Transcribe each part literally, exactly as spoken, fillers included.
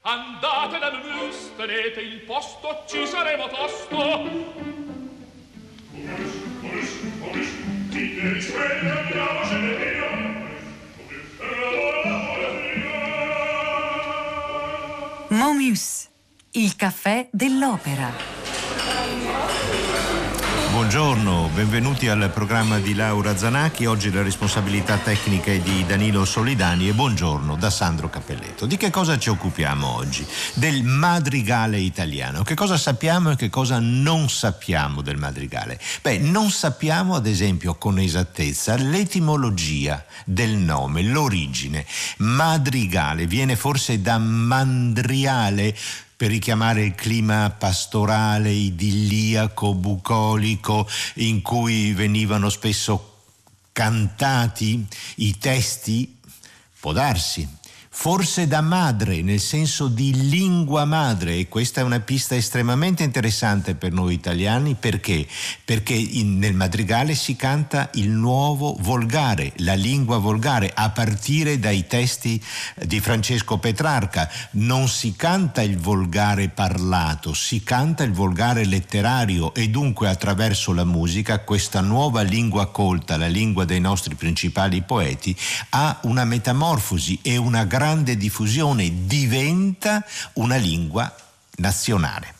Andate da Momus, tenete il posto, ci saremo tosto. Momus, il caffè dell'opera. Buongiorno, benvenuti al programma di Laura Zanacchi. Oggi la responsabilità tecnica è di Danilo Solidani e buongiorno da Sandro Cappelletto. Di che cosa ci occupiamo oggi? Del madrigale italiano. Che cosa sappiamo e che cosa non sappiamo del madrigale? Beh, non sappiamo ad esempio con esattezza l'etimologia del nome, l'origine. Madrigale viene forse da mandriale, per richiamare il clima pastorale, idilliaco, bucolico, in cui venivano spesso cantati i testi? Può darsi. Forse da madre, nel senso di lingua madre, e questa è una pista estremamente interessante per noi italiani. Perché? Perché in, nel madrigale si canta il nuovo volgare, la lingua volgare, a partire dai testi di Francesco Petrarca. Non si canta il volgare parlato, si canta il volgare letterario, e dunque attraverso la musica questa nuova lingua colta, la lingua dei nostri principali poeti, ha una metamorfosi e una grande diffusione, diventa una lingua nazionale.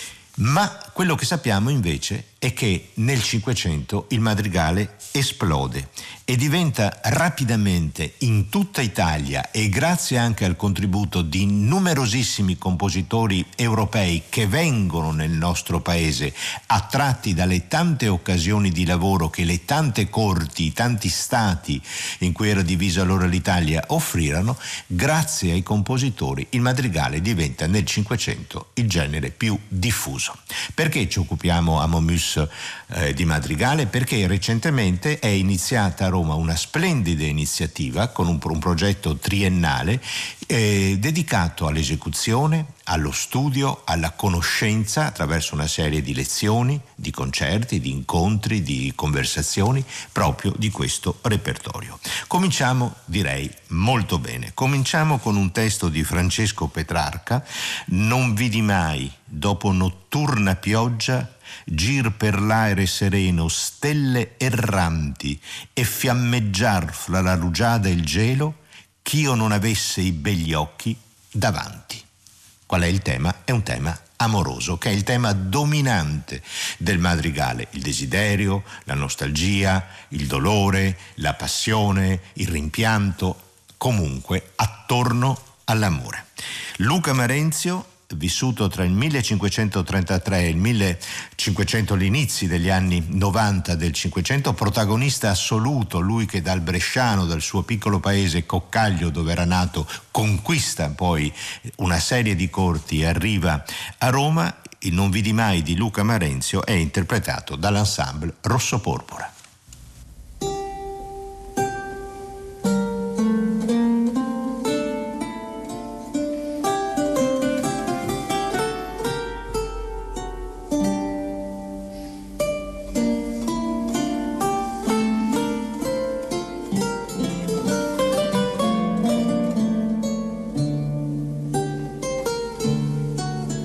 Ma quello che sappiamo invece è che nel Cinquecento il madrigale esplode e diventa rapidamente in tutta Italia, e grazie anche al contributo di numerosissimi compositori europei che vengono nel nostro paese attratti dalle tante occasioni di lavoro che le tante corti, i tanti stati in cui era divisa allora l'Italia offrirono, grazie ai compositori il madrigale diventa nel Cinquecento il genere più diffuso. Perché ci occupiamo a Momus eh, di madrigale? Perché recentemente è iniziata a Roma una splendida iniziativa con un, un progetto triennale eh, dedicato all'esecuzione, allo studio, alla conoscenza attraverso una serie di lezioni, di concerti, di incontri, di conversazioni proprio di questo repertorio. Cominciamo, direi, molto bene. Cominciamo con un testo di Francesco Petrarca: non vidi mai, dopo notturna pioggia, gir per l'aere sereno stelle erranti e fiammeggiar fra la rugiada e il gelo, ch'io non avesse i begli occhi davanti. Qual è il tema? È un tema amoroso, che è il tema dominante del madrigale: il desiderio, la nostalgia, il dolore, la passione, il rimpianto, comunque attorno all'amore. Luca Marenzio, vissuto tra il millecinquecentotrentatré e il millecinquecento, gli inizi degli anni novanta del Cinquecento, protagonista assoluto, lui che dal bresciano, dal suo piccolo paese Coccaglio, dove era nato, conquista poi una serie di corti e arriva a Roma. Il Non vidi mai di Luca Marenzio è interpretato dall'ensemble Rosso Porpora.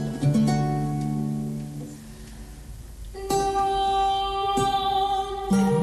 No.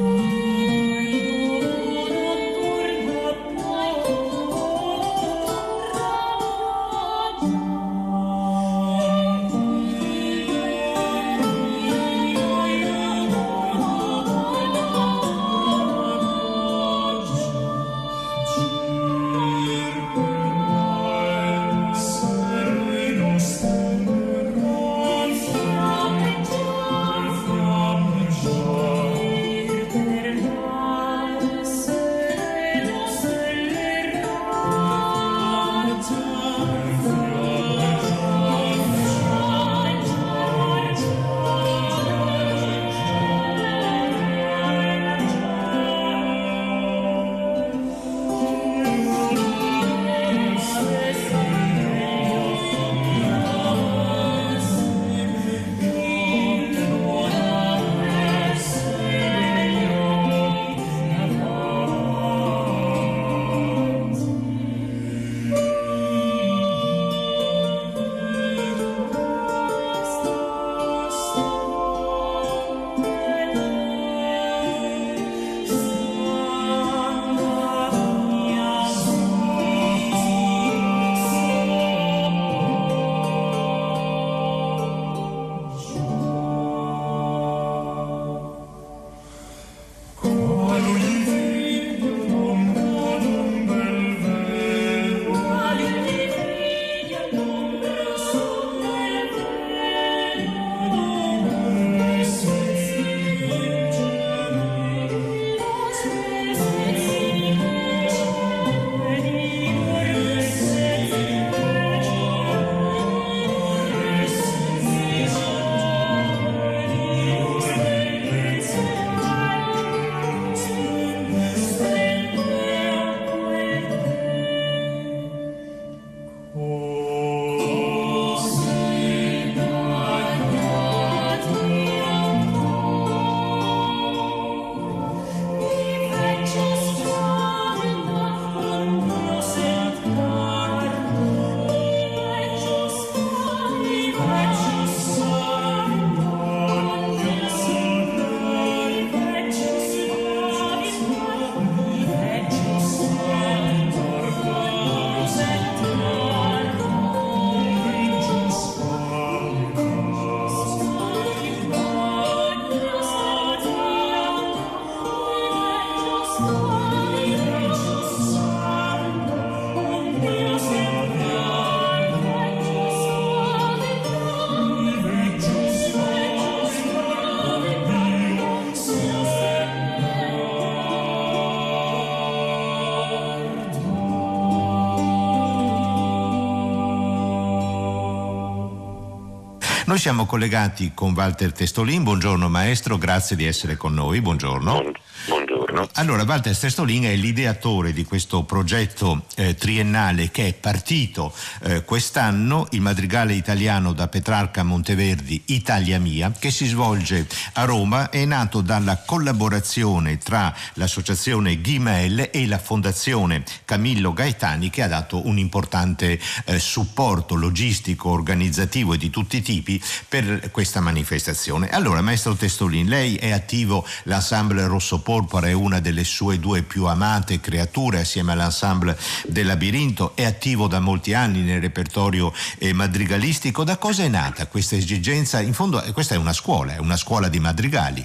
Noi siamo collegati con Walter Testolin. Buongiorno maestro, grazie di essere con noi. Buongiorno. Buon, buongiorno. Allora, Walter Testolin è l'ideatore di questo progetto eh, triennale che è partito eh, quest'anno, il Madrigale italiano da Petrarca a Monteverdi, Italia Mia, che si svolge a Roma. È nato dalla collaborazione tra l'associazione Ghimel e la fondazione Camillo Gaetani, che ha dato un importante eh, supporto logistico, organizzativo e di tutti i tipi per questa manifestazione. Allora, maestro Testolin, lei è attivo, l'ensemble Rosso Porpora è una delle sue due più amate creature assieme all'ensemble del Labirinto, è attivo da molti anni nel repertorio eh, madrigalistico. Da cosa è nata questa esigenza? In fondo eh, questa è una scuola, è una scuola di madrigali.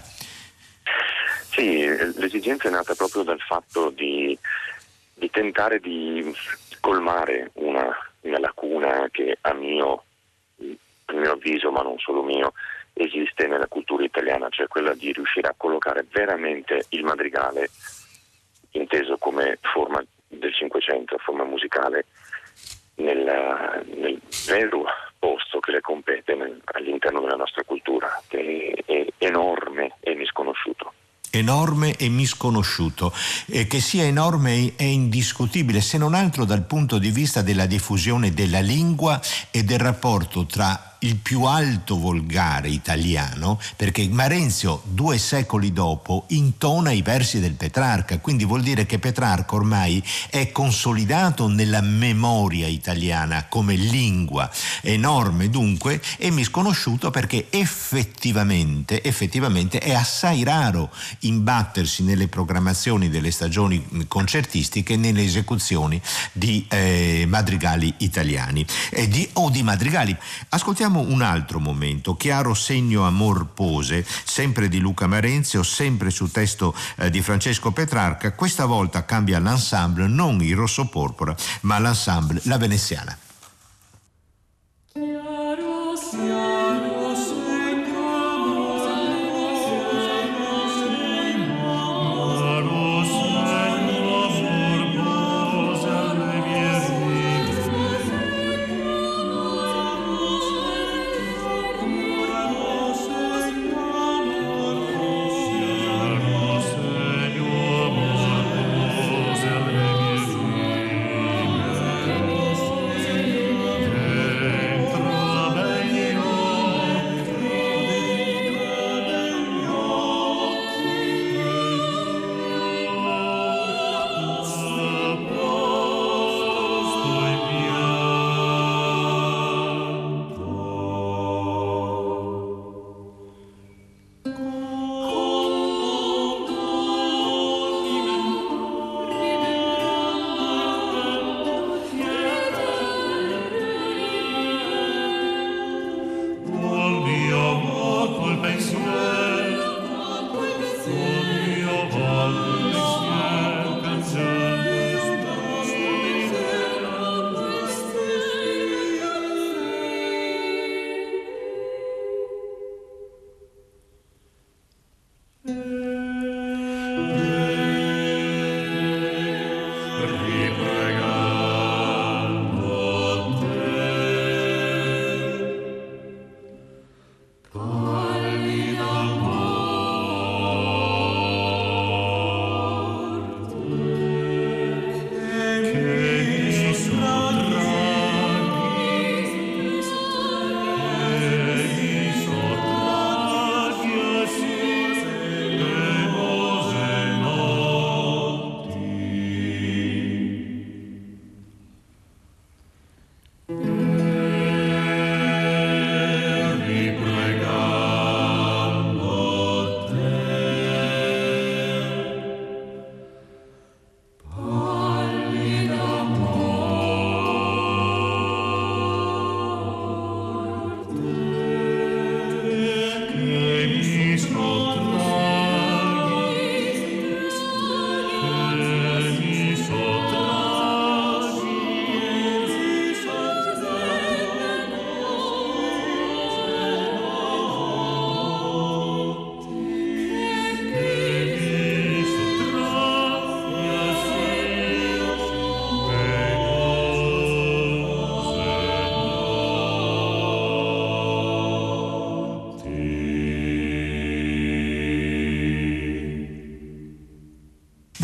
Sì, l'esigenza è nata proprio dal fatto di, di tentare di colmare una, una lacuna che a mio, a mio avviso, ma non solo mio, esiste nella cultura italiana, cioè quella di riuscire a collocare veramente il madrigale, inteso come forma del Cinquecento, forma musicale, nel, nel vero posto che le compete nel, all'interno della nostra cultura, che è, è enorme e misconosciuto. Enorme e misconosciuto. Eh, che sia enorme è indiscutibile, se non altro dal punto di vista della diffusione della lingua e del rapporto tra il più alto volgare italiano, perché Marenzio due secoli dopo intona i versi del Petrarca, quindi vuol dire che Petrarca ormai è consolidato nella memoria italiana come lingua enorme, dunque, e misconosciuto perché effettivamente effettivamente è assai raro imbattersi nelle programmazioni delle stagioni concertistiche, nelle esecuzioni di eh, madrigali italiani e di, o di madrigali. Ascoltiamo un altro momento, Chiaro segno amor pose, sempre di Luca Marenzio, sempre su testo eh, di Francesco Petrarca. Questa volta cambia l'ensemble, non il Rosso Porpora, ma l'ensemble La Veneziana. Chiaro segno, segno amor pose alle mie rime.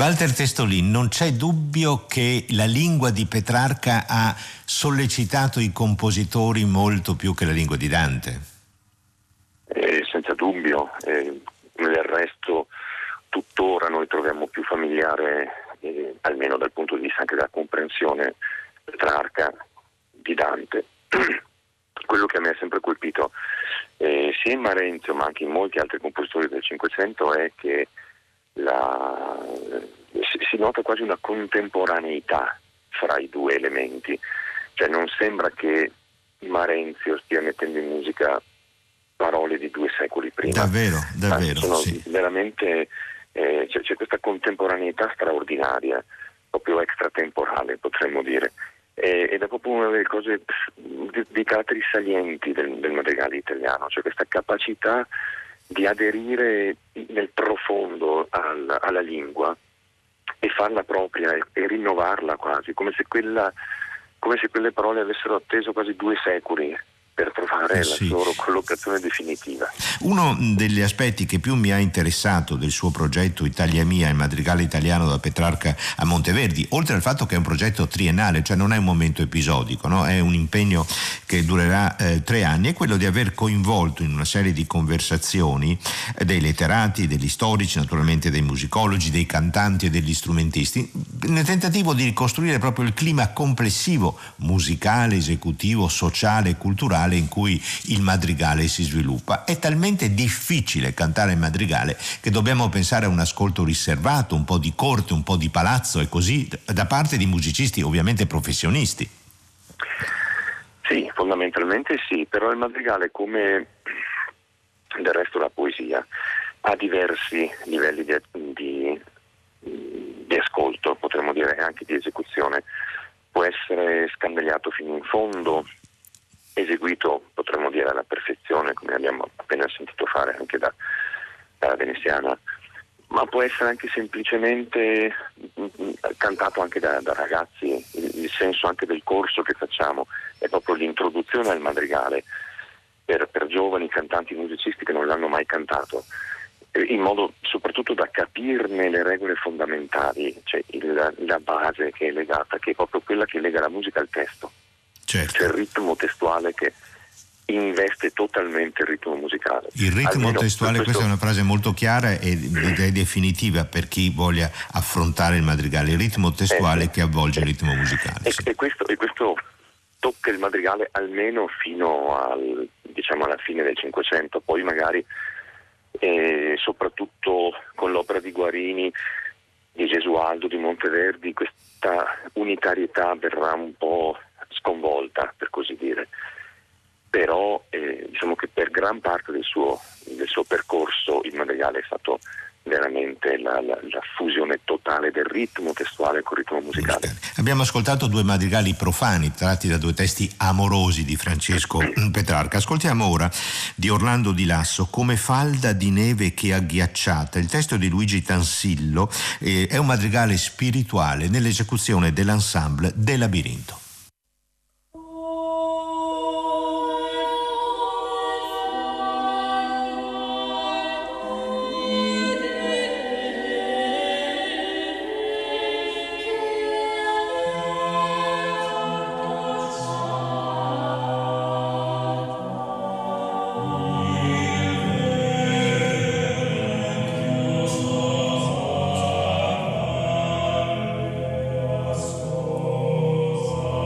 Walter Testolin, non c'è dubbio che la lingua di Petrarca ha sollecitato i compositori molto più che la lingua di Dante? Eh, senza dubbio, eh, del resto tuttora noi troviamo più familiare, eh, almeno dal punto di vista anche della comprensione, Petrarca di Dante. Quello che a me ha sempre colpito eh, sia in Marenzio ma anche in molti altri compositori del Cinquecento è che la, si, si nota quasi una contemporaneità fra i due elementi, cioè non sembra che Marenzio stia mettendo in musica parole di due secoli prima. Davvero, davvero. Sono sì. veramente eh, c'è, c'è questa contemporaneità straordinaria, proprio extratemporale potremmo dire, e, ed è proprio una delle cose, dei, dei caratteri salienti del, del madrigale italiano, cioè questa capacità di aderire nel profondo al, alla lingua e farla propria e, e rinnovarla quasi, come se quella come se quelle parole avessero atteso quasi due secoli per trovare eh sì. la loro collocazione definitiva. Uno degli aspetti che più mi ha interessato del suo progetto Italia Mia, il madrigale italiano da Petrarca a Monteverdi, oltre al fatto che è un progetto triennale, cioè non è un momento episodico, no? È un impegno che durerà eh, tre anni, è quello di aver coinvolto in una serie di conversazioni eh, dei letterati, degli storici, naturalmente dei musicologi, dei cantanti e degli strumentisti, nel tentativo di ricostruire proprio il clima complessivo musicale, esecutivo, sociale e culturale in cui il madrigale si sviluppa. È talmente difficile cantare il madrigale che dobbiamo pensare a un ascolto riservato, un po' di corte, un po' di palazzo e così, da parte di musicisti ovviamente professionisti. Sì, fondamentalmente sì, però il madrigale, come del resto la poesia, ha diversi livelli di, di, di ascolto, potremmo dire, anche di esecuzione. Può essere scandagliato fino in fondo, eseguito, potremmo dire, alla perfezione, come abbiamo appena sentito fare anche da, dalla veneziana, ma può essere anche semplicemente cantato anche da, da ragazzi. Il, il senso anche del corso che facciamo è proprio l'introduzione al madrigale per, per giovani cantanti musicisti che non l'hanno mai cantato, in modo soprattutto da capirne le regole fondamentali, cioè il, la base che è legata, che è proprio quella che lega la musica al testo. Certo. C'è il ritmo testuale che investe totalmente il ritmo musicale. Il ritmo Almeno testuale, questo... questa è una frase molto chiara e direi definitiva per chi voglia affrontare il madrigale, il ritmo testuale eh, che avvolge il ritmo musicale. E, sì. e, questo, e questo tocca il madrigale almeno fino al, diciamo, alla fine del Cinquecento, poi magari eh, soprattutto con l'opera di Guarini, di Gesualdo, di Monteverdi, questa unitarietà verrà un po' sconvolta, per così dire, però eh, diciamo che per gran parte del suo, del suo percorso il madrigale è stato veramente la, la, la fusione totale del ritmo testuale col ritmo musicale. Abbiamo ascoltato due madrigali profani tratti da due testi amorosi di Francesco Petrarca. Ascoltiamo ora di Orlando Di Lasso Come falda di neve che agghiacciata. Il testo di Luigi Tansillo eh, è un madrigale spirituale nell'esecuzione dell'ensemble del Labirinto. Oh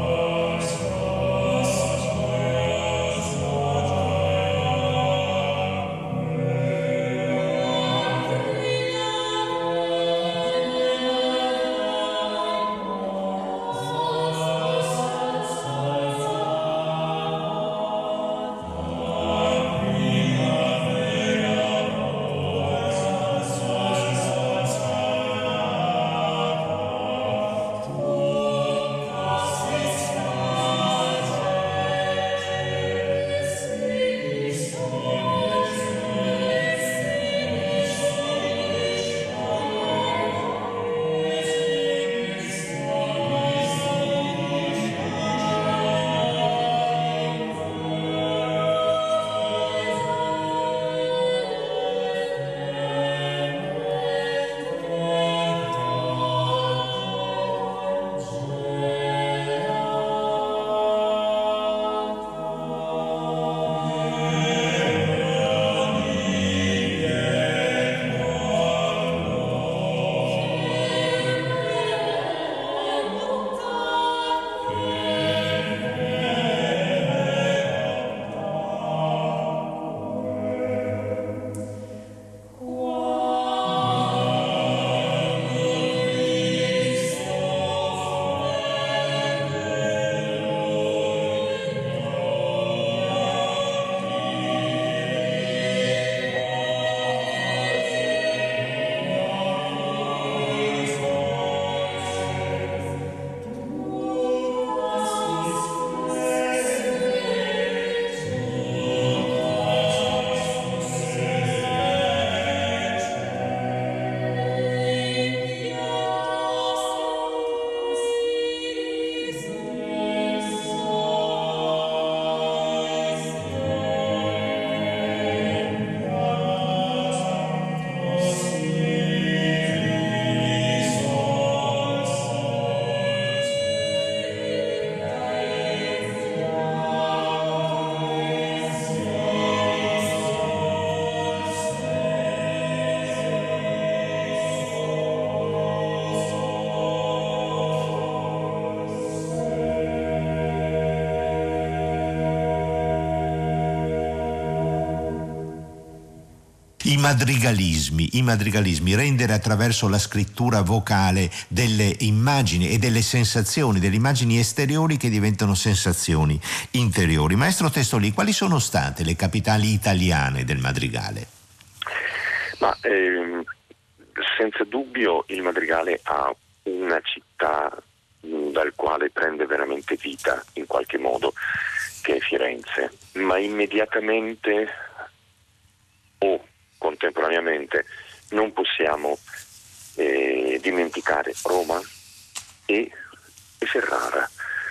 I madrigalismi, i madrigalismi, rendere attraverso la scrittura vocale delle immagini e delle sensazioni, delle immagini esteriori che diventano sensazioni interiori. Maestro Testolì, quali sono state le capitali italiane del madrigale? Ma ehm, senza dubbio il madrigale ha una città mh, dal quale prende veramente vita in qualche modo, che è Firenze, ma immediatamente o contemporaneamente non possiamo eh, dimenticare Roma e, e Ferrara,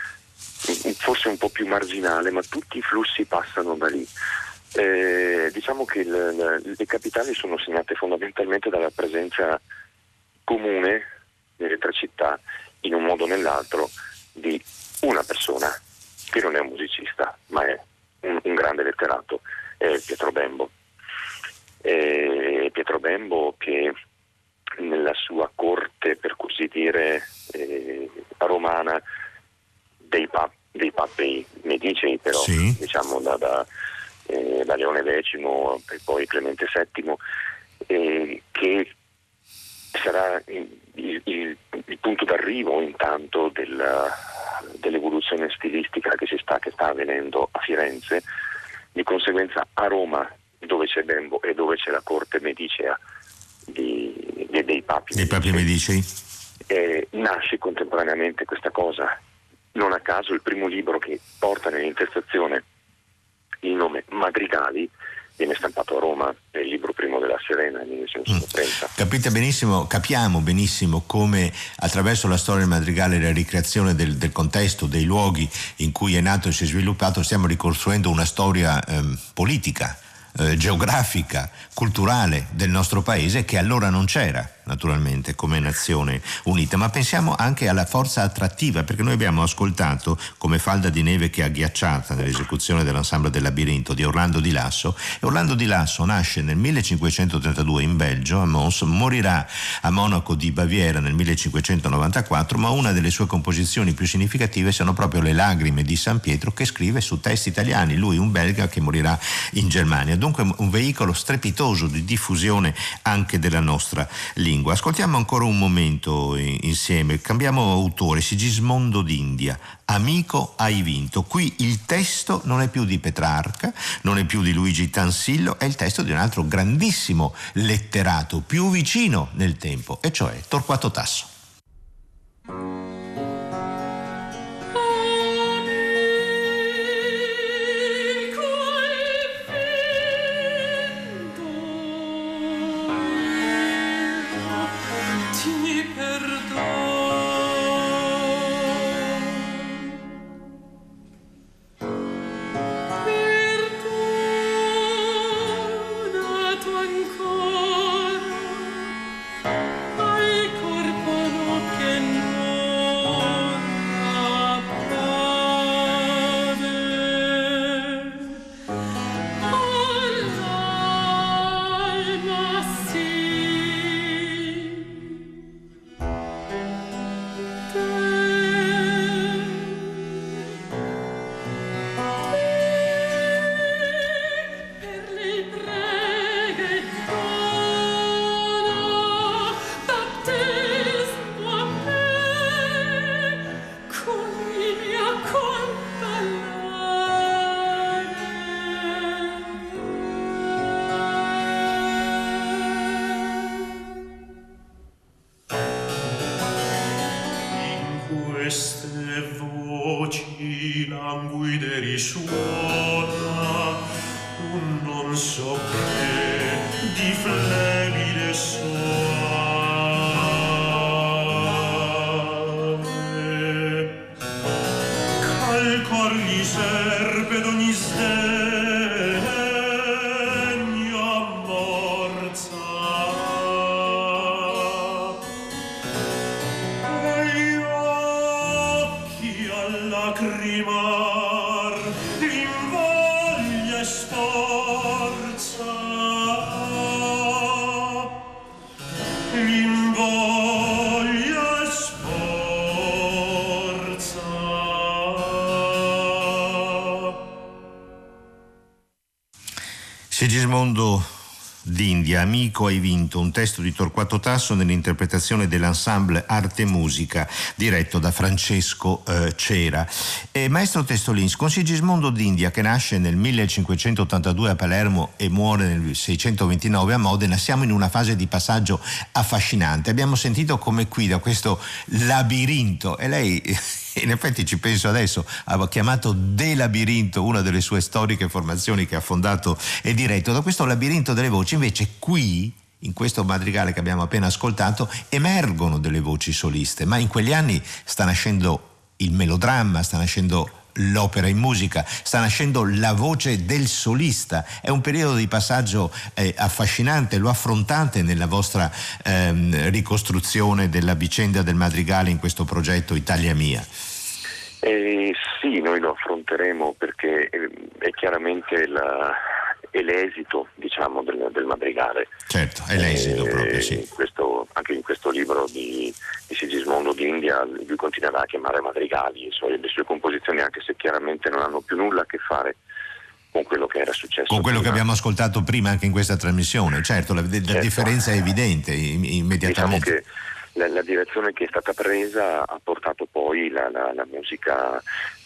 forse un po' più marginale, ma tutti i flussi passano da lì. Eh, diciamo che il, le capitali sono segnate fondamentalmente dalla presenza comune nelle tre città, in un modo o nell'altro, di una persona che non è un musicista, ma è un, un grande letterato, è Pietro Bembo. Eh, Pietro Bembo che nella sua corte, per così dire, eh, romana dei, pap- dei papi medici, però sì. diciamo da, da, eh, da Leone decimo e poi Clemente settimo, eh, che sarà il, il, il, il punto d'arrivo intanto della, dell'evoluzione stilistica che si sta, che sta avvenendo a Firenze. Di conseguenza a Roma, dove c'è Bembo e dove c'è la corte medicea di, di, dei papi dei papi medici, eh, nasce contemporaneamente questa cosa. Non a caso il primo libro che porta nell'intestazione il nome Madrigali viene stampato a Roma, è il libro primo della Serena nel millenovecentotrenta. Mm. Capite benissimo, capiamo benissimo come attraverso la storia del madrigale e la ricreazione del, del contesto, dei luoghi in cui è nato e si è sviluppato, stiamo ricostruendo una storia ehm, politica, eh, geografica, culturale del nostro paese, che allora non c'era naturalmente come nazione unita. Ma pensiamo anche alla forza attrattiva, perché noi abbiamo ascoltato come falda di neve che è agghiacciata nell'esecuzione dell'ensemble del Labirinto di Orlando di Lasso, e Orlando di Lasso nasce nel millecinquecentotrentadue in Belgio, a Mons, morirà a Monaco di Baviera nel millecinquecentonovantaquattro, ma una delle sue composizioni più significative sono proprio Le lagrime di San Pietro, che scrive su testi italiani, lui un belga che morirà in Germania. Dunque un veicolo strepitoso di diffusione anche della nostra lingua. Ascoltiamo ancora un momento insieme, cambiamo autore. Sigismondo d'India, Amico hai vinto. Qui il testo non è più di Petrarca, non è più di Luigi Tansillo, è il testo di un altro grandissimo letterato più vicino nel tempo, e cioè Torquato Tasso. Sigismondo d'India, Amico hai vinto, un testo di Torquato Tasso nell'interpretazione dell'ensemble Arte e Musica diretto da Francesco eh, Cera. E maestro Testolin, con Sigismondo d'India, che nasce nel millecinquecentottantadue a Palermo e muore nel seicentoventinove a Modena, siamo in una fase di passaggio affascinante. Abbiamo sentito come qui da questo labirinto, e lei in effetti ci penso adesso, ha chiamato De Labirinto una delle sue storiche formazioni che ha fondato e diretto. Da questo labirinto delle voci invece qui, in questo madrigale che abbiamo appena ascoltato, emergono delle voci soliste, ma in quegli anni sta nascendo il melodramma, sta nascendo l'opera in musica, sta nascendo la voce del solista. È un periodo di passaggio eh, affascinante, lo affrontate nella vostra ehm, ricostruzione della vicenda del madrigale in questo progetto Italia Mia. Eh, sì, noi lo affronteremo perché è chiaramente la, è l'esito, diciamo, del, del madrigale. Certo, è l'esito eh, proprio, sì. In questo, anche in questo libro di, di Sigismondo d'India lui continuerà a chiamare madrigali i suoi, le sue composizioni, anche se chiaramente non hanno più nulla a che fare con quello che era successo con quello prima. Che abbiamo ascoltato prima anche in questa trasmissione. Certo, la, la certo. differenza è evidente immediatamente. Diciamo che la, la direzione che è stata presa ha portato poi la, la, la musica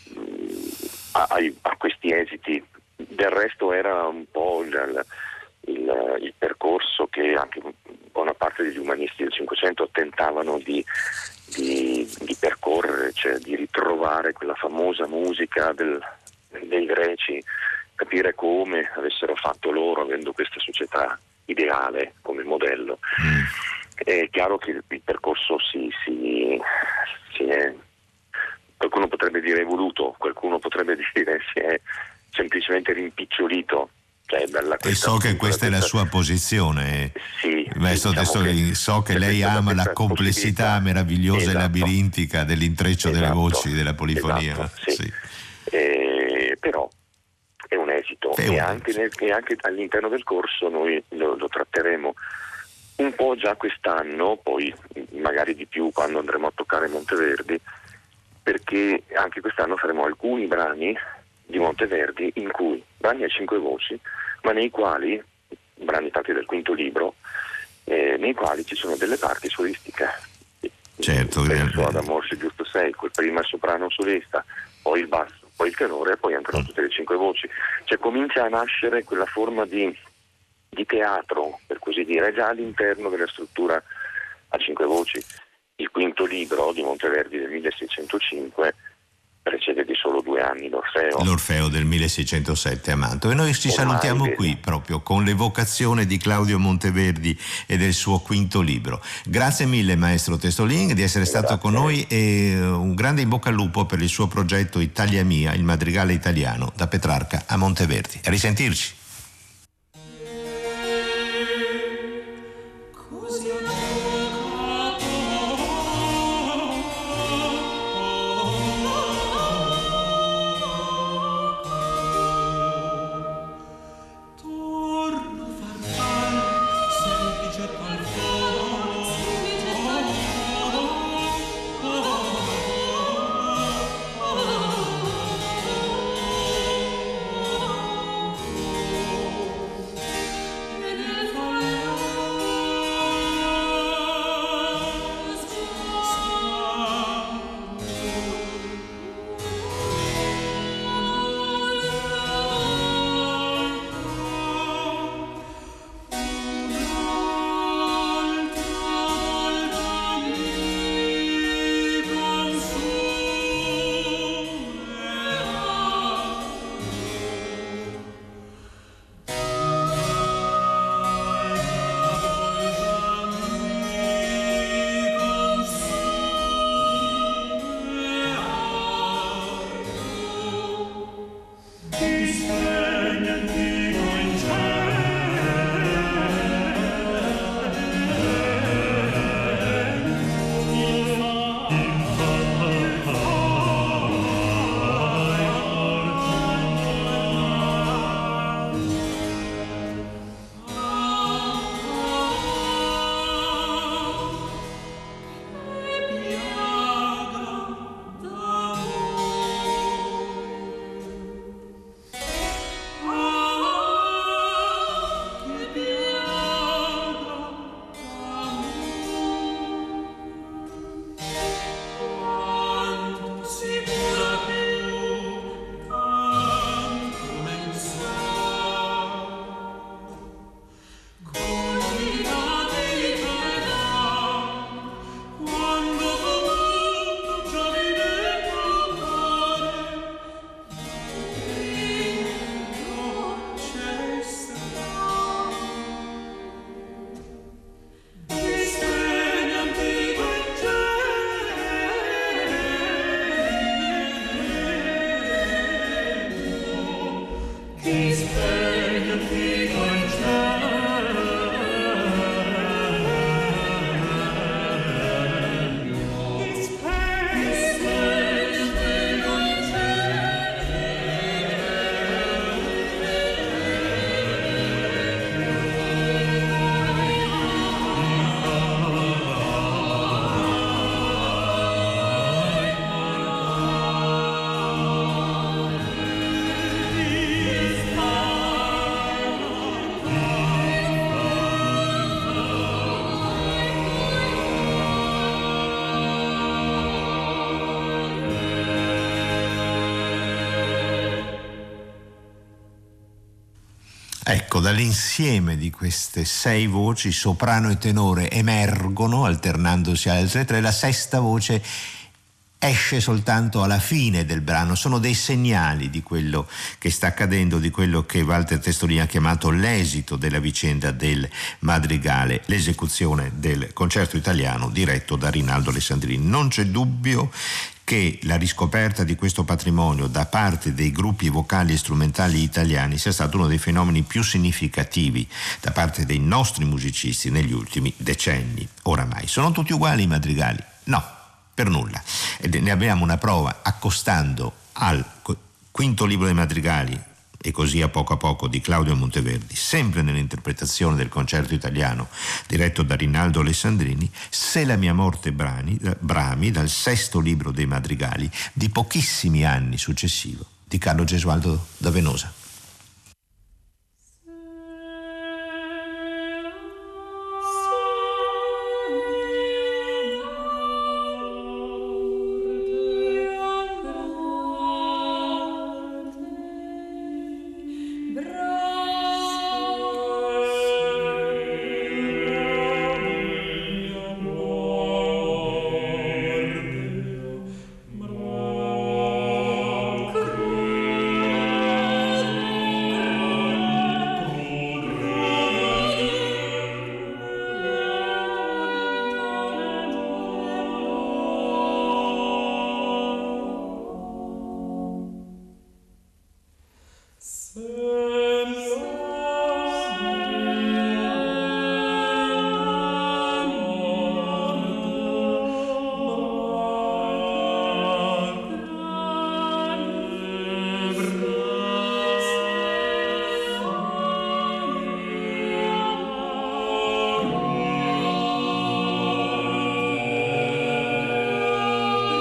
mh, a, a questi esiti. Del resto era un po' il, il, il percorso che anche buona parte degli umanisti del Cinquecento tentavano di, di, di percorrere, cioè di ritrovare quella famosa musica del, dei greci, capire come avessero fatto loro avendo questa società ideale come modello. Mm. È chiaro che il, il percorso si, si, si è, qualcuno potrebbe dire evoluto, qualcuno potrebbe dire si è semplicemente rimpicciolito. Cioè dalla e so che questa è la sua posizione. Sì, Maestro diciamo che so che lei ama la complessità meravigliosa esatto. e labirintica dell'intreccio esatto. delle voci, della polifonia. Esatto, sì. Sì. Eh, però è un esito è e, un anche esito. Nel, e anche all'interno del corso noi lo, lo tratteremo un po' già quest'anno, poi magari di più quando andremo a toccare Monteverdi, perché anche quest'anno faremo alcuni brani di Monteverdi in cui brani a cinque voci, ma nei quali brani tratti del quinto libro, eh, nei quali ci sono delle parti solistiche. Certo, penso ad Amorsi giusto sei, quel prima il soprano solista, poi il basso, poi il tenore e poi entrano mm. tutte le cinque voci. Cioè comincia a nascere quella forma di, di teatro, per così dire, già all'interno della struttura a cinque voci. Il quinto libro di Monteverdi del milleseicentocinque precede di solo due anni l'Orfeo. L'Orfeo del milleseicentosette a Mantova. E noi ci Ormai salutiamo vedi. qui proprio con l'evocazione di Claudio Monteverdi e del suo quinto libro. Grazie mille maestro Testolin di essere Grazie. stato con noi e un grande in bocca al lupo per il suo progetto Italia Mia, il madrigale italiano da Petrarca a Monteverdi. A risentirci. Ecco, dall'insieme di queste sei voci, soprano e tenore, emergono alternandosi alle altre tre. La sesta voce esce soltanto alla fine del brano. Sono dei segnali di quello che sta accadendo, di quello che Walter Testolini ha chiamato l'esito della vicenda del Madrigale, l'esecuzione del concerto italiano diretto da Rinaldo Alessandrini. Non c'è dubbio che la riscoperta di questo patrimonio da parte dei gruppi vocali e strumentali italiani sia stato uno dei fenomeni più significativi da parte dei nostri musicisti negli ultimi decenni. Oramai sono tutti uguali i madrigali? No, per nulla. E ne abbiamo una prova accostando al quinto libro dei madrigali, e così a poco a poco, di Claudio Monteverdi, sempre nell'interpretazione del concerto italiano diretto da Rinaldo Alessandrini, Se la mia morte brani, brami, dal sesto libro dei madrigali di pochissimi anni successivo di Carlo Gesualdo da Venosa.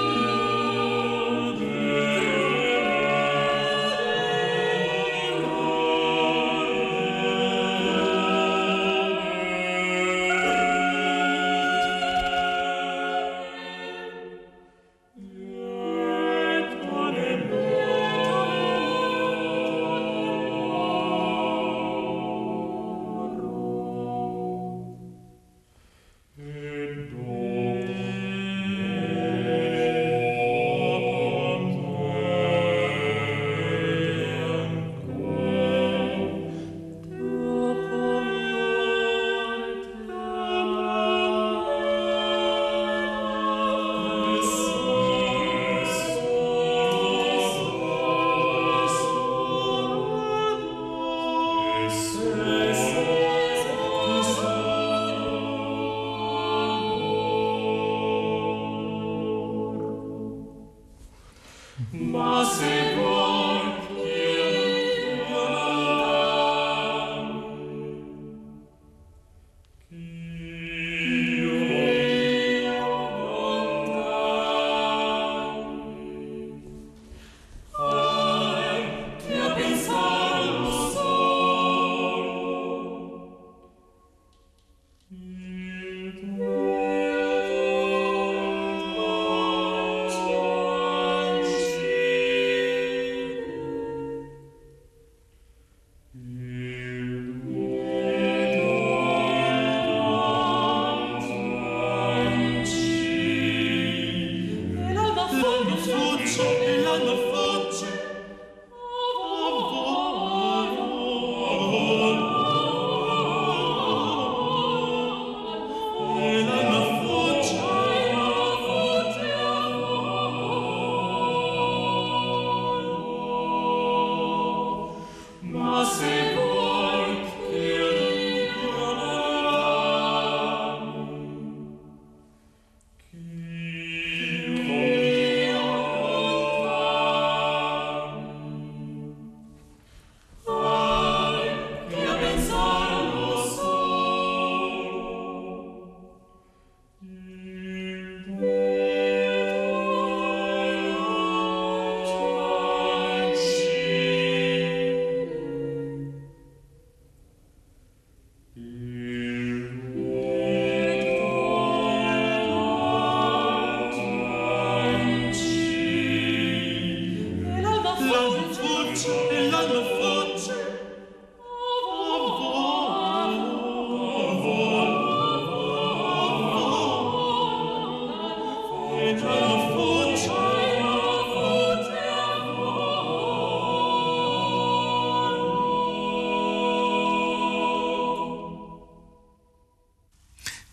Oh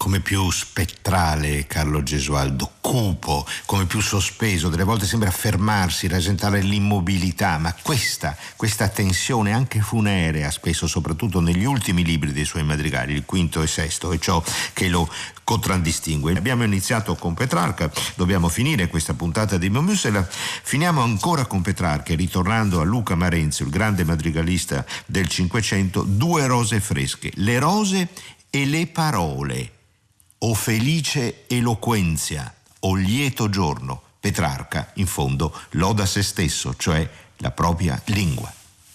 come più spettrale, Carlo Gesualdo, cupo, come più sospeso, delle volte sembra fermarsi, rasentare l'immobilità, ma questa, questa tensione anche funerea, spesso soprattutto negli ultimi libri dei suoi madrigali, il quinto e sesto, è ciò che lo contraddistingue. Abbiamo iniziato con Petrarca, dobbiamo finire questa puntata di Momus e la finiamo ancora con Petrarca, ritornando a Luca Marenzio, il grande madrigalista del Cinquecento, due rose fresche, le rose e le parole, o felice eloquenzia, o lieto giorno. Petrarca, in fondo, loda se stesso, cioè la propria lingua.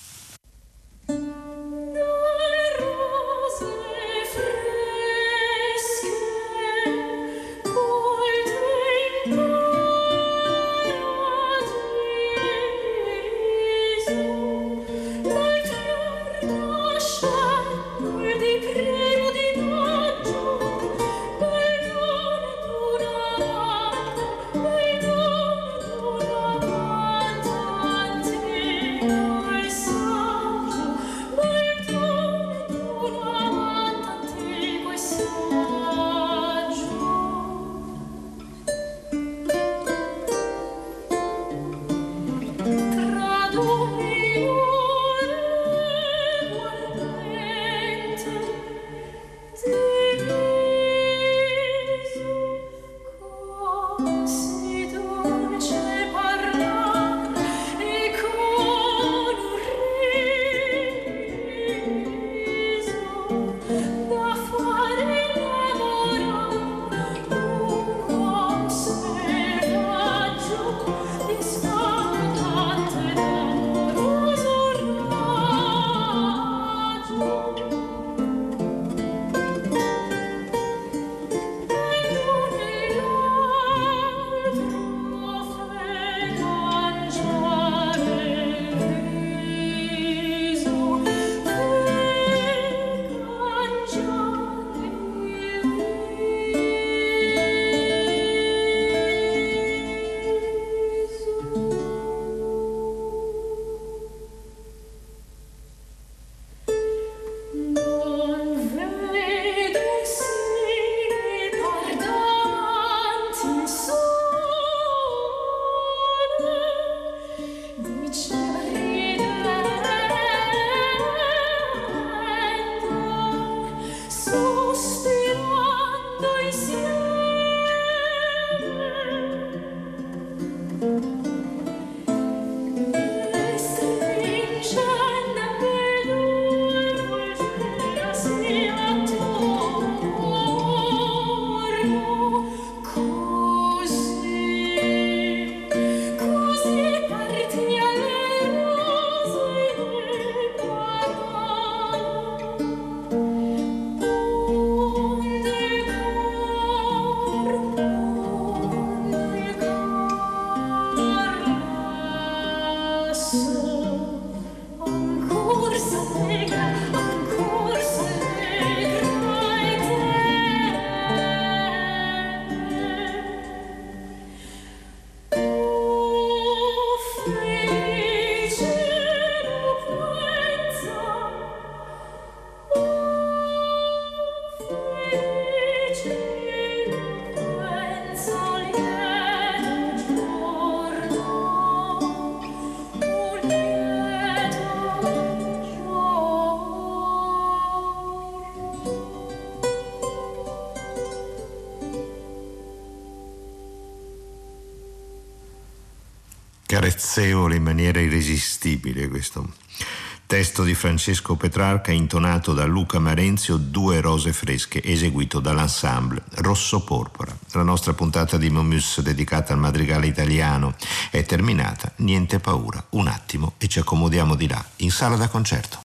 Carezzevole in maniera irresistibile questo testo di Francesco Petrarca, intonato da Luca Marenzio, Due rose fresche, eseguito dall'ensemble Rosso Porpora. La nostra puntata di Momus dedicata al madrigale italiano è terminata. Niente paura, un attimo e ci accomodiamo di là, in sala da concerto.